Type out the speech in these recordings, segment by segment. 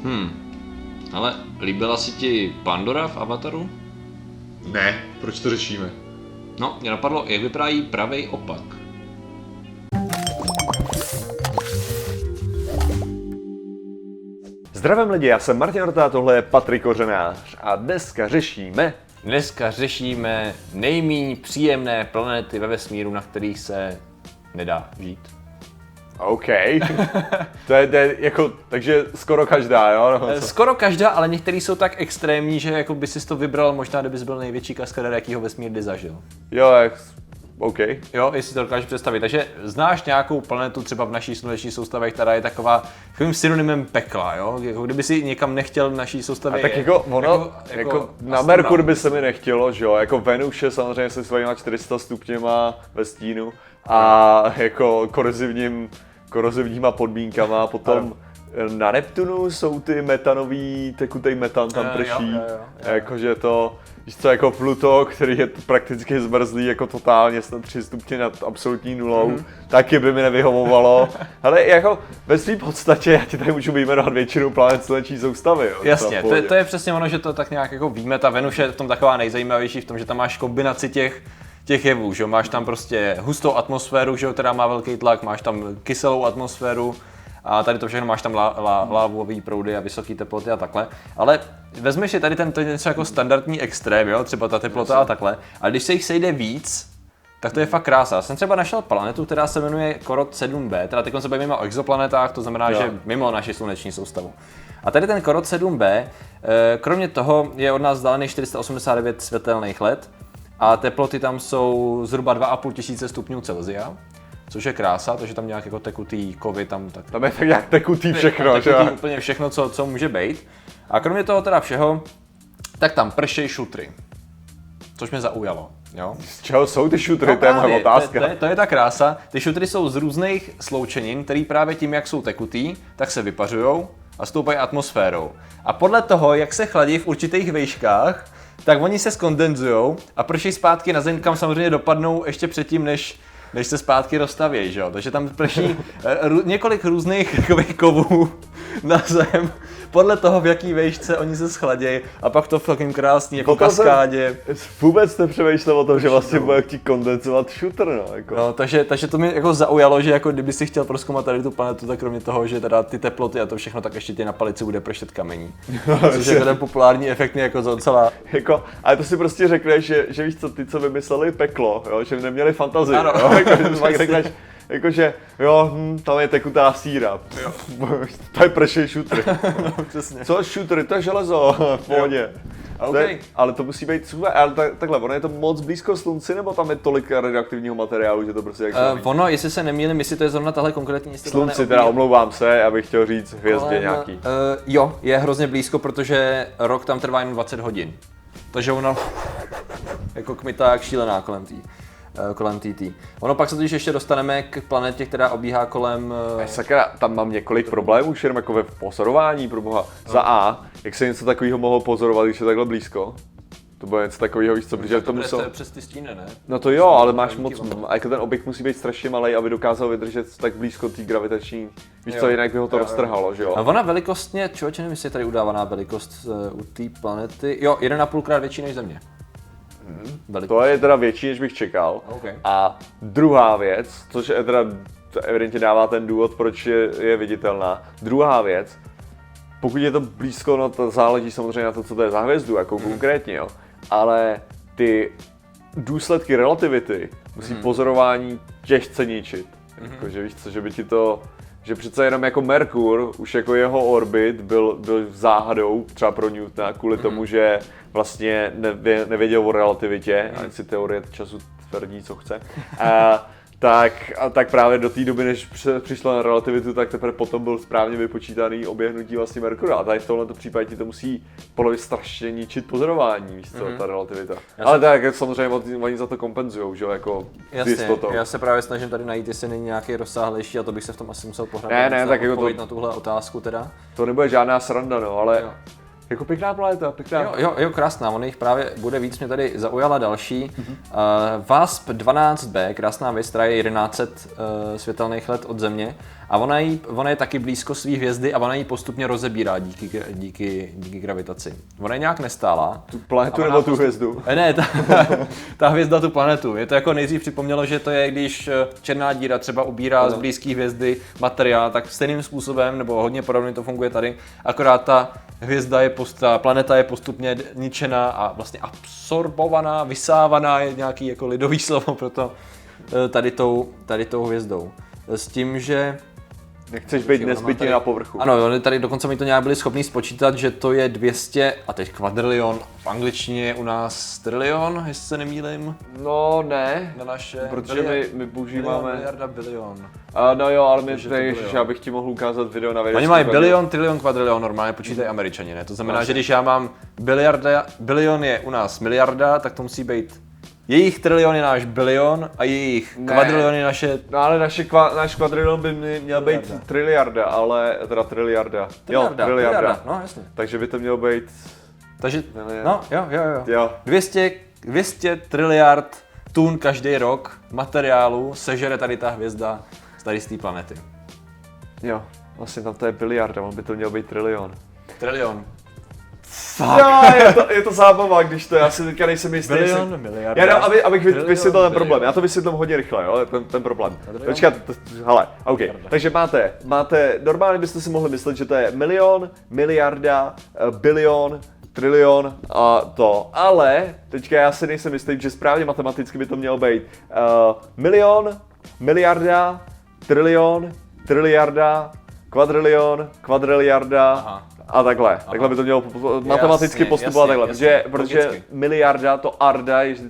Ale líbila se ti Pandora v Avataru? Ne, proč to řešíme? No, mě napadlo, jak vypadá jí pravej opak. Zdravím lidi, já jsem Martin Rota, tohle je Patrik Kořenář a dneska řešíme nejméně příjemné planety ve vesmíru, na kterých se nedá žít. OK. to je jako, takže skoro každá, jo? No, skoro každá, ale některý jsou tak extrémní, že jako by si to vybral možná, kdybys byl největší kaskadér, jakýho vesmír kdy zažil. Jo, OK. Jo, jestli to dokážeš představit. Takže znáš nějakou planetu třeba v naší sluneční soustavě, která je takovým synonymem pekla, jo? Jako kdyby si někam nechtěl v naší soustavě. A tak jako jako na Merkur by se mi nechtělo, že jo? Jako Venus je samozřejmě se svýma 400 stupněma ve stínu a jako korozivníma podmínkama, potom na Neptunu jsou ty metanový, tekutej metan tam prší, jakože to, víš co, jako Pluto, který je prakticky zmrzlý jako totálně, snad 3 stupně nad absolutní nulou, taky by mi nevyhovovalo, ale jako ve svým podstatě já ti tady můžu vyjmenovat většinu planet sluneční soustavy, jo. Jasně, to je přesně ono, že to tak nějak jako víme, ta Venus je v tom taková nejzajímavější v tom, že tam máš kombinaci těch jevů, že máš tam prostě hustou atmosféru, že která má velký tlak, máš tam kyselou atmosféru a tady to všechno máš tam lávový proudy a vysoké teploty a takhle. Ale vezmeš si tady to je něco jako standardní extrém, jo, třeba ta teplota a takhle. A když se jich sejde víc, tak to je fakt krása. Já jsem třeba našel planetu, která se jmenuje Korot 7b, teda teď se bavíme o exoplanetách, to znamená, že mimo naši sluneční soustavu. A tady ten Korot 7b, kromě toho je od nás vzdálený 489 světelných let a teploty tam jsou zhruba 2500 stupňů Celsia. Což je krása, takže tam nějak jako tekutý kovy tam tak. Tam je tak nějak tekutý všechno, že? Úplně všechno, co může být. A kromě toho teda všeho, tak tam pršej šutry. Což mě zaujalo, jo. Z čeho jsou ty šutry, to je moje otázka. To je ta krása. Ty šutry jsou z různých sloučenin, který právě tím, jak jsou tekutý, tak se vypařujou a stoupají atmosférou. A podle toho, jak se chladí v určitých výškách, tak oni se skondenzujou a prší zpátky na zem, kam samozřejmě dopadnou ještě předtím, než se zpátky rozstavějí, že jo? Takže tam prší několik různých kovů na zem, podle toho, v jaký výšce oni se schladějí a pak to fucking krásný jako kaskádě. Vůbec nepřemýšlel o tom, že vlastně bude chtít kondenzovat šutr, no. Jako. No, takže to mě jako zaujalo, že jako kdyby si chtěl prozkoumat tady tu planetu, tak kromě toho, že teda ty teploty a to všechno, tak ještě ti na palici bude pršet kamení. Což je ten populární efekt jako docela. Jako, ale to si prostě řekneš, že víš co, ty co vymysleli peklo, jo? Že neměli fantazii, ano, jo? Jako, řekneš, jakože jo, tam je tekutá síra, to je pršej šutry. No, přesně. Co šutry, to je železo, v pohodě. Okay. Ale to musí být super, ale takhle, ono je to moc blízko slunci, nebo tam je tolik radioaktivního materiálu, že to prostě jak ono, jestli se nemýlím, jestli to je zrovna tahle konkrétní slunci, teda omlouvám se, abych chtěl říct hvězdě nějaký. Jo, je hrozně blízko, protože rok tam trvá jen 20 hodin. Takže ona jako kmitá jak šílená kolem TT. Ono pak se totiž ještě dostaneme k planetě, která obíhá kolem. Sakra, tam mám několik problémů, šerm jako ve pozorování, proboha. Za A, jak se něco takového mohlo pozorovat, když je takhle blízko? To bylo něco takového, víš co, protože to muselo. Přes ty stíny, ne? No to jo, ale máš moc, a jako ten objekt musí být strašně malý, aby dokázal vydržet tak blízko té gravitační, víš co, jinak by ho to roztrhalo, že jo? A ona velikostně, člověče, nevím, jestli je tady udávaná velikost u té planety, jo, 1,5krát větší než Země. To je teda větší, než bych čekal. Okay. A druhá věc, což je teda evidentně dává ten důvod, proč je viditelná. Druhá věc, pokud je to blízko, no to záleží samozřejmě na to, co to je za hvězdu, jako konkrétně, jo. Ale ty důsledky relativity musí pozorování těžce ničit. Jakože víš co, že by ti to, že přece jenom jako Merkur, už jako jeho orbit byl záhadou třeba pro Newtona kvůli tomu, že vlastně nevěděl o relativitě, ani si teorie času tvrdí, co chce. Tak právě do té doby, než přišla na relativitu, tak teprve potom byl správně vypočítaný oběhnutí vlastně Merkura. A tady v tomto případě ti to musí podle strašně ničit pozorování, víš co, ta relativita. Ale tak samozřejmě oni za to kompenzujou, že jo, jako s jistotou. Já se právě snažím tady najít, jestli není nějaký rozsáhlejší, a to bych se v tom asi musel pohrát. Ne, tak jako na tuhle otázku teda. To nebude žádná sranda, no, ale Jako pěkná planeta, pěkná. Jo, krásná, on jich právě bude víc, mě tady zaujala další. VASP 12b, krásná věc, která je 1100 světelných let od Země a ona je taky blízko své hvězdy a ona ji postupně rozebírá díky gravitaci. Ona je nějak nestálá. Tu planetu nebo tu hvězdu? Ne, ta hvězda tu planetu. Je to jako nejdřív připomnělo, že to je, když černá díra třeba ubírá z blízké hvězdy materiál, tak stejným způsobem, nebo hodně podobně to funguje tady, akorát ta hvězda ta planeta je postupně ničená a vlastně absorbovaná, vysávaná je nějaký jako lidový slovo pro to tady tou hvězdou. S tím, že Nechceš být nezbytně na povrchu. Ano, tady dokonce mi to nějak byli schopni spočítat, že to je 200, a teď kvadrilion, v angličtině je u nás trilion, jestli se nemýlim. No ne, Na naše, protože my používáme... Miliarda, bilion. No jo, ale my Takže tady, to já bych ti mohl ukázat video na video. Oni mají bilion, trilion, kvadrilion, normálně počítají Američani, ne? To znamená, že když já mám bilion je u nás miliarda, tak to musí být jejich trilion je náš bilion a jejich kvadrilion je naše... No ale náš kvadrilion by měl být triliarda, ale teda triliarda. Jo, triliarda. No jasně. Takže by to mělo být... Takže, miliard. no jo. 200 triliard tun každý rok materiálu sežere tady ta hvězda z té planety. Jo, vlastně tam to je biliarda, on by to měl být trilion. Trilion. Jo, je to zábava, když to, já si teďka nejsem jistý. Bilion, miliarda. Já abych vysvětlil ten problém, já to vysvětlím hodně rychle, jo, ten problém. Počkat, hele, OK, takže máte, normálně byste si mohli myslet, že to je milion, miliarda, bilion, trilion a to, ale teďka já si nejsem jistý, že správně matematicky by to mělo být milion, miliarda, trilion, triliarda, kvadriliarda. Aha. A takhle by to mělo matematicky postupovat takhle, protože miliarda, to arda je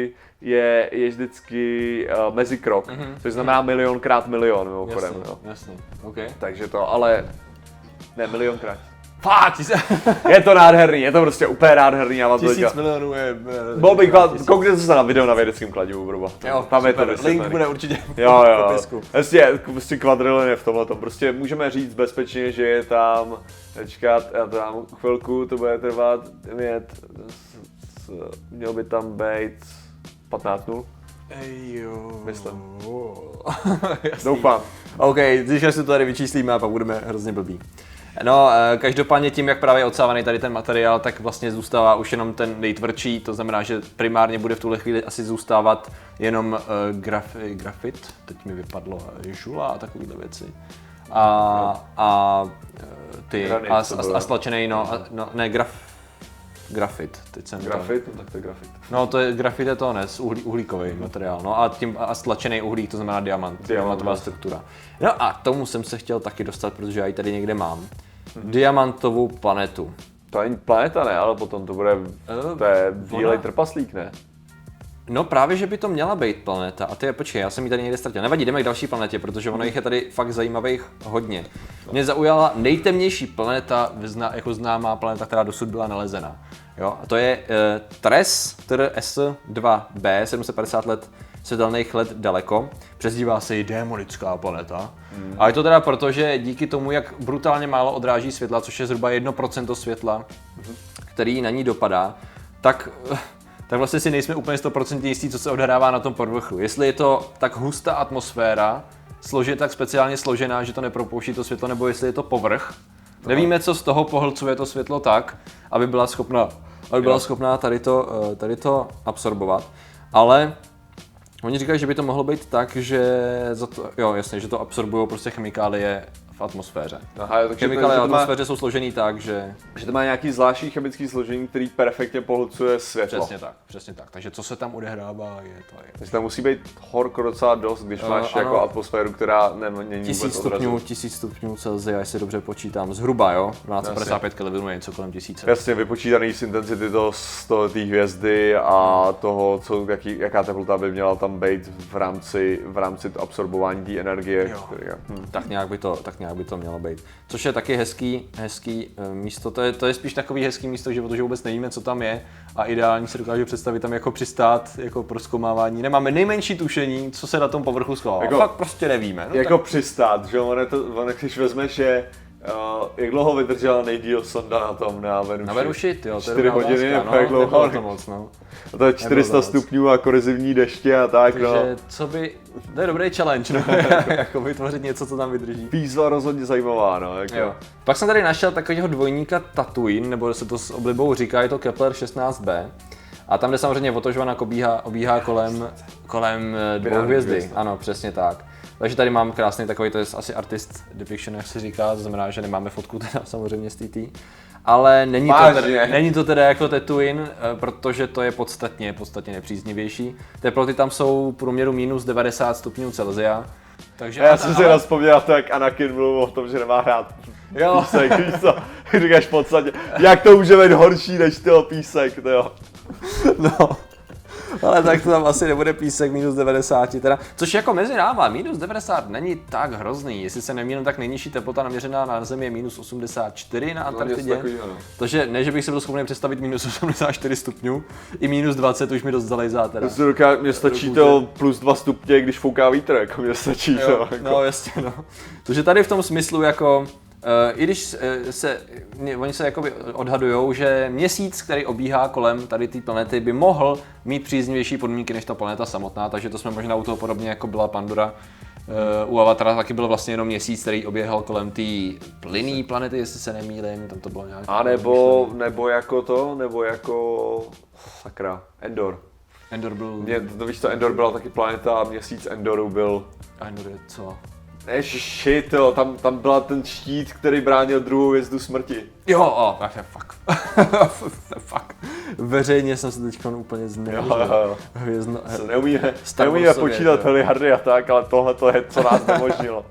vždycky mezikrok, což znamená milion krát milion mimochodem. Jasný, OK. Takže to, ale ne milionkrát. Fakt, Je to nádherný, je to prostě úplně nádherný. 1000 milionů je... Koukněte se na video na vědeckém kladivu, bruba. Jo, tam je to super, link bude určitě jo. v popisku. Prostě kvadrilion je v tomhletom. Prostě můžeme říct bezpečně, že je tam, já to dám chvilku, to bude trvat, měl by tam být 15-0. Myslím. Doufám. OK, když si to tady vyčíslíme a pak budeme hrozně blbí. No, každopádně tím, jak právě je odsávaný tady ten materiál, tak vlastně zůstává už jenom ten nejtvrdší, to znamená, že primárně bude v tuhle chvíli asi zůstávat jenom grafit, teď mi vypadlo žula a takovéhle věci. A stlačený, grafit. Teď jsem grafit? No, tak to je grafit. No, grafit je to uhlíkový materiál, no a stlačený uhlík, to znamená diamantová struktura. No a tomu jsem se chtěl taky dostat, protože já ji tady někde mám. Diamantovou planetu. To není planeta, ne, ale potom to bude, to je bílej trpaslík, ne? No právě, že by to měla být planeta. A počkej, já jsem ji tady někde ztratil. Nevadí, jdeme k další planetě, protože ono jich je tady fakt zajímavých hodně. Mě zaujala nejtemnější planeta, jako známá planeta, která dosud byla nalezena. Jo, a to je TRS-2b, 750 let světelných let daleko. Přezdívá se i démonická planeta. A je to teda proto, že díky tomu, jak brutálně málo odráží světla, což je zhruba 1% světla, který na ní dopadá, tak vlastně si nejsme úplně 100% jistí, co se odehrává na tom povrchu. Jestli je to tak hustá atmosféra, tak speciálně složená, že to nepropouští to světlo, nebo jestli je to povrch. Nevíme, co z toho pohlcuje to světlo tak, aby byla schopná tady to absorbovat, ale oni říkají, že by to mohlo být tak, že že to absorbují prostě chemikálie v atmosféře. Chemikálie v atmosféře jsou složený tak, že to má nějaký zvláštní chemický složení, který perfektně pohlcuje světlo. Přesně tak. Takže co se tam odehrává, je to. Takže tam musí být horko docela dost, když máš jako atmosféru, která není vůbec odrazu. 1000 stupňů Celsia, jestli dobře počítám, zhruba, jo? 1255 Kelvinů je něco kolem 1000. Jasně, vypočítaný z intenzity té hvězdy a toho, jaká teplota by měla tam být v rámci absorbování té energie. Tak nějak by to mělo být. Což je taky hezký místo, to je spíš takový hezký místo, že protože vůbec nevíme, co tam je a ideálně se dokážu představit tam jako přistát, jako prozkoumávání. Nemáme nejmenší tušení, co se na tom povrchu schová. Fakt prostě nevíme. No, jako přistát, že ono, když vezmeš, že Jak dlouho vydržela nejdýl sonda na tom, na Venuši? Na Venuši, jo, to 4 hodiny, otázka, jak dlouho? nebylo to moc, no. A to je 400 stupňů a korizivní deště a tak, no. Takže co by, to je dobrý challenge, no, jako vytvořit něco, co tam vydrží. Výzva rozhodně zajímavá, no. Jako. Jo. Pak jsem tady našel takového dvojníka Tatooine, nebo se to s oblibou říká, je to Kepler 16b. A tam jde samozřejmě o to, že ona obíhá kolem dvou hvězdy. Ano, přesně tak. Takže tady mám krásný takový, to je asi artist depiction, jak se říká, to znamená, že nemáme fotku teda samozřejmě z TT. Ale není to teda jako Tatooine, protože to je podstatně nepříznivější. Teploty tam jsou v průměru minus 90 stupňů Celsia. Takže já jsem si rozpomněl to, jak Anakin mluvil o tom, že nemá hrát písek, víš co? Říkáš v podstatě, jak to může být horší než toho písek, to jo. No, ale tak to tam asi nebude písek minus 90 teda, což jako mezi náma, minus 90 není tak hrozný, jestli se nemýlím, tak nejnižší teplota naměřená na Zemi je minus 84 na Antarktidě, takže ne, že bych si byl schopný představit minus 84 stupňů, i minus 20 už mi dost zalejzá teda. Mně stačí to plus 2 stupně, když fouká vítr, jako mně stačí jo, to. Jako. No jasně no, takže tady v tom smyslu jako i když oni se jakoby odhadujou, že měsíc, který obíhá kolem tady té planety, by mohl mít příznivější podmínky než ta planeta samotná, takže to jsme možná u toho podobně jako byla Pandora. U Avatara taky byl vlastně jenom měsíc, který oběhal kolem té plynné planety, jestli se nemýlím, tam to bylo nějak. A nebo jako sakra, Endor. Endor byl... Víš co, Endor byla taky planeta a měsíc Endoru byl... A Endor je co? Shit, jo, tam byla ten štít, který bránil druhou hvězdu smrti. Jo, fuck. Veřejně jsem se teďka úplně zneužil. Hvězdno... Neumíme počítat heliardy a tak, ale tohle to je, co nás nemožnilo.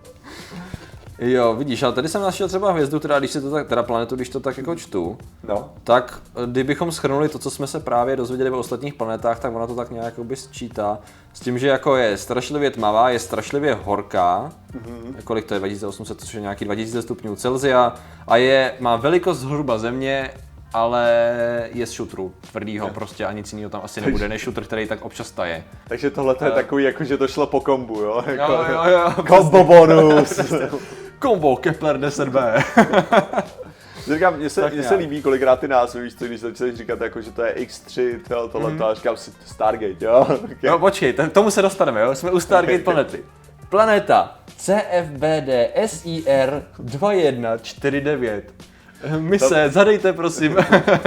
Jo, vidíš, ale tady jsem našel třeba hvězdu, když si to tak, teda planetu, když to tak jako čtu, no. Tak kdybychom shrnuli to, co jsme se právě dozvěděli o ostatních planetách, tak ona to tak nějak by sčítá. S tím, že jako je strašlivě tmavá, je strašlivě horká, kolik to je, 2800, což je nějaký 2000 stupňů Celsia, a má velikost zhruba Země, ale je z šutru, tvrdýho prostě a nic jiného tam asi nebude, než šutr, který tak občas taje. Takže tohle je takový, jako že to šlo po kombu, jo? Jako, jo. Kombo bonus! Kombo Kepler 10b. Říkám, mně se líbí kolikrát ty názvy, víš co, když začneš říkat jako, že to je X3, tohle, a říkám si Stargate, jo? Okay. No počkej, tomu se dostaneme, jo? Jsme u Stargate planety. Planeta CFBD SIR 2149. Mise, zadejte prosím.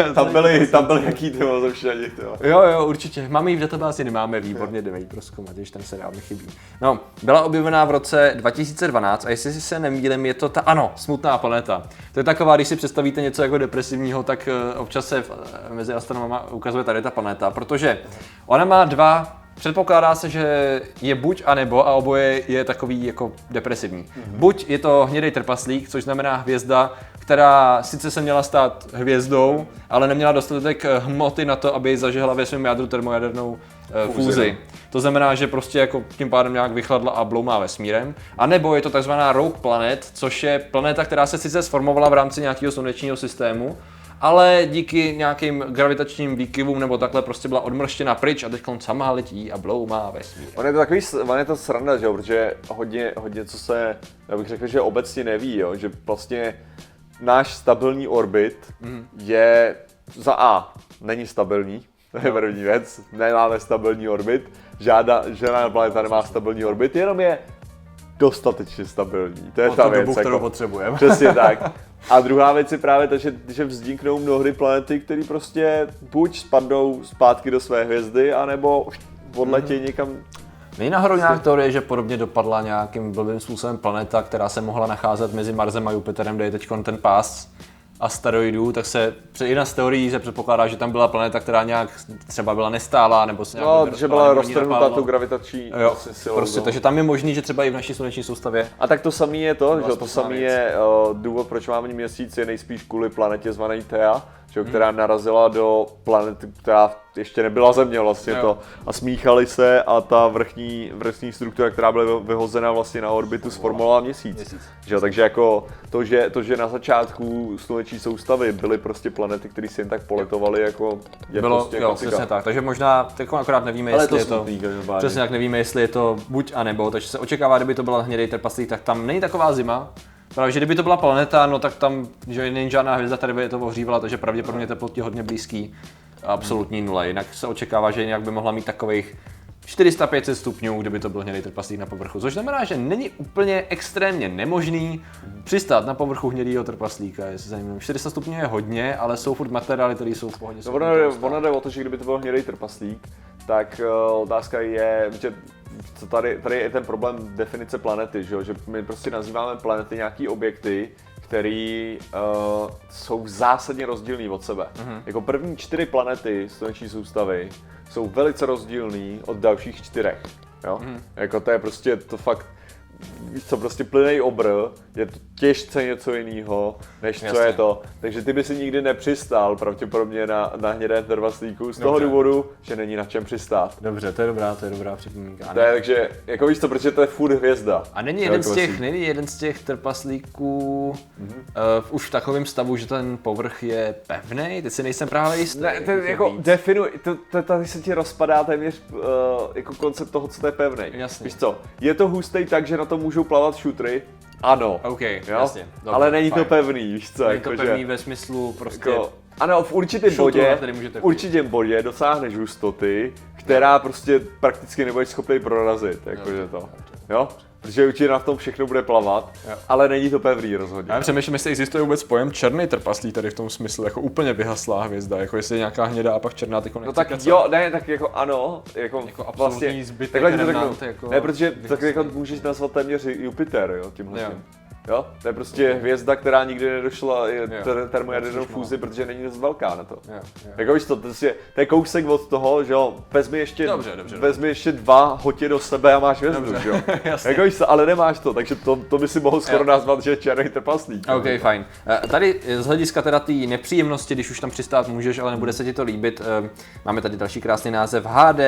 Tam byly jaký ty mozovštění, Jo, určitě. Máme ji v databázi, nemáme, výborně, jdeme ji prozkoumat, když ten seriál mi chybí. No, byla objevená v roce 2012 a jestli si se nemýlím, je to smutná planeta. To je taková, když si představíte něco jako depresivního, tak občas se mezi astronomama ukazuje tady ta planeta, protože ona má předpokládá se, že je buď a nebo a oboje je takový jako depresivní. Buď je to hnědej trpaslík, což znamená hvězda, která sice se měla stát hvězdou, ale neměla dostatek hmoty na to, aby zažehla ve svém jádru termojadernou fúzi. To znamená, že prostě jako tím pádem nějak vychladla a bloumá vesmírem. A nebo je to takzvaná Rogue Planet, což je planeta, která se sice sformovala v rámci nějakého slunečního systému, ale díky nějakým gravitačním výkyvům nebo takhle prostě byla odmrštěna pryč a teď sama letí a bloumá vesmír. On je to sranda, že jo, protože hodně co se, já bych řekl, že obecně neví, jo, že vlastně náš stabilní orbit je za A, není stabilní, to je první věc, nemáme stabilní orbit, žádná planeta nemá stabilní orbit, jenom je dostatečně stabilní, to je ta věc, kterou jako, potřebujeme. Přesně tak. A druhá věc je právě to, že vzniknou mnohdy planety, které prostě buď spadnou zpátky do své hvězdy, anebo odletí někam. Není náhodou nějak teorie, že podobně dopadla nějakým blbým způsobem planeta, která se mohla nacházet mezi Marsem a Jupiterem, kde je teď ten pás asteroidů, tak se jedna z teorií se předpokládá, že tam byla planeta, která nějak třeba byla nestálá, nebo se nějak že byla roztrhnutá tou gravitační silou. Prostě, takže tam je možný, že třeba i v naší sluneční soustavě. A tak to samé je to samé je důvod, proč máme Měsíc, je nejspíš kvůli planetě zvané Thea, která narazila do planety, která ještě nebyla Země vlastně a smíchali se a ta vrchní struktura, která byla vyhozena vlastně na orbitu, sformovala Měsíc. Takže jako to, že na začátku sluneční soustavy byly prostě planety, které si jen tak poletovaly, jako je bylo, prostě přesně tak. Takže možná akorát nevíme, jestli je to přesně tak nevíme, jestli je to buď a nebo, takže se očekává, kdyby to byla hnědej trpaslík, tak tam není taková zima. Právě, že kdyby to byla planeta, no tak tam, že není žádná hvězda, tady by to ohřívala, takže pravděpodobně teplotě hodně blízký absolutní nule. Jinak se očekává, že nějak by mohla mít takových 400-500 stupňů, kdyby to byl hnědý trpaslík na povrchu. Což znamená, že není úplně extrémně nemožný přistát na povrchu hnědého trpaslíka. Jestli zajímavý. 400 stupňů je hodně, ale jsou furt materiály, které jsou v pohodě. No, ono jde o to, že kdyby to byl hnědý trpaslík, tak otázka je, že tady je ten problém definice planety, že my prostě nazýváme planety nějaký objekty, který jsou zásadně rozdílný od sebe. Jako první 4 planety sluneční soustavy jsou velice rozdílný od dalších 4. Jo? Jako to je prostě to fakt, víš co, prostě plynný obr, je to těžce něco jiného, než co je to. Takže ty by si nikdy nepřistál pravděpodobně na hnědém trpaslíku z toho důvodu, že není na čem přistát. Dobře, to je dobrá připomínka. Takže, jako víš co, protože to je furt hvězda. A není jeden z těch trpaslíků už v takovém stavu, že ten povrch je pevný? Teď si nejsem právě jistý. Ne, jako definuj, tady se ti rozpadá téměř jako koncept toho, co to je pevný. Jasně. Víš co, je to hustý tak, že na to můžou plavat šutry? Ano. OK, jo? jasně. Dobře, ale není fajn. to pevný, víš co? Není to pevný ve smyslu prostě... Jako, ano, v určitém bodě dosáhneš hustoty, která prostě prakticky nebudeš schopný prorazit, jakože to. Jo? Protože určitě na tom všechno bude plavat, ale není to pevný rozhodně. Já přemýšlím, jestli existuje vůbec pojem černý trpaslík tady v tom smyslu, jako úplně vyhaslá hvězda, jako jestli je nějaká hnědá a pak černá, tyko No tak jo, ne, tak jako ano, jako absolutní zbytek takhle ti to remnant, řeknu. jako Ne, protože tak jako můžeš nazvat téměř Jupiter, jo, tímhle Jo. tím. Jo, to je prostě hvězda, která nikdy nedošla Jo. termojadernou fúzi, protože není dost velká na to. Jo. Jako víš to je kousek od toho, že jo, vezmi ještě 2 hotě do sebe a máš hvězdu, že jo. Jako víš to, ale nemáš to, takže to by si mohl skoro nazvat, že je černý trpaslík. OK, fajn. Tady z hlediska teda té nepříjemnosti, když už tam přistát můžeš, ale nebude se ti to líbit, máme tady další krásný název HD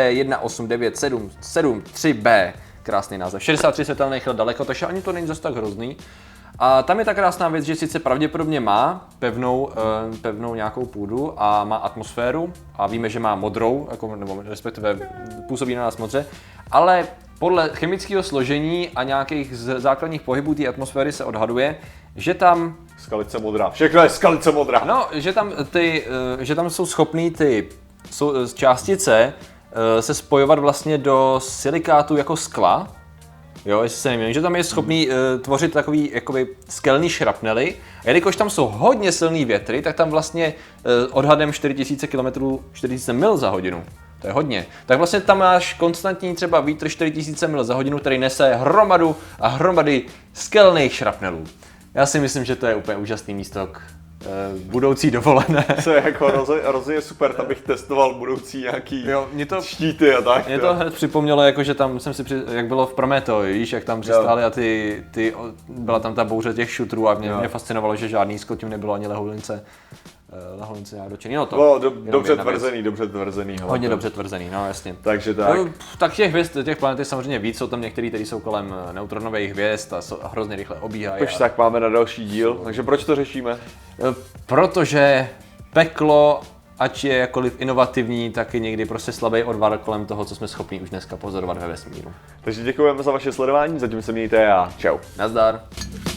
18973B. Krásný název. 63 světelných let daleko, takže ani to není zase tak hrozný. A tam je ta krásná věc, že sice pravděpodobně má pevnou nějakou půdu a má atmosféru a víme, že má modrou, jako, nebo respektive působí na nás modře, ale podle chemického složení a nějakých základních pohybů té atmosféry se odhaduje, že tam... Skalice modrá, všechno je skalice modrá. No, že tam jsou schopný ty částice se spojovat vlastně do silikátu jako skla. Jo, jestli se nevím, že tam je schopný tvořit takový jakoby skelný šrapnely. A jelikož tam jsou hodně silný větry, tak tam vlastně odhadem 4000 km, 4000 mil za hodinu. To je hodně. Tak vlastně tam máš konstantní třeba vítr 4000 mil za hodinu, který nese hromadu a hromady skelných šrapnelů. Já si myslím, že to je úplně úžasný místo k budoucí dovolené. To je jako rozhodně super, tam bych testoval budoucí nějaký štíty a tak. Mě to hned připomnělo, jako, že tam jsem si, jak bylo v Prometeo, víš, jak tam přistáli a byla tam ta bouře těch šutrů a mě fascinovalo, že žádný skl tím nebylo ani leholince nějak dočený. No to dobře tvrzený. Hodně dobře tvrzený, no jasně. Takže tak. No, tak těch planet je samozřejmě víc, jsou tam některé, které jsou kolem neutronových hvězd a hrozně rychle obíhají. Už tak máme na další díl, takže proč to řešíme? Protože peklo, ať je jakkoliv inovativní, tak je někdy prostě slabý odvar kolem toho, co jsme schopni už dneska pozorovat ve vesmíru. Takže děkujeme za vaše sledování, zatím se mějte a čau. Nazdar.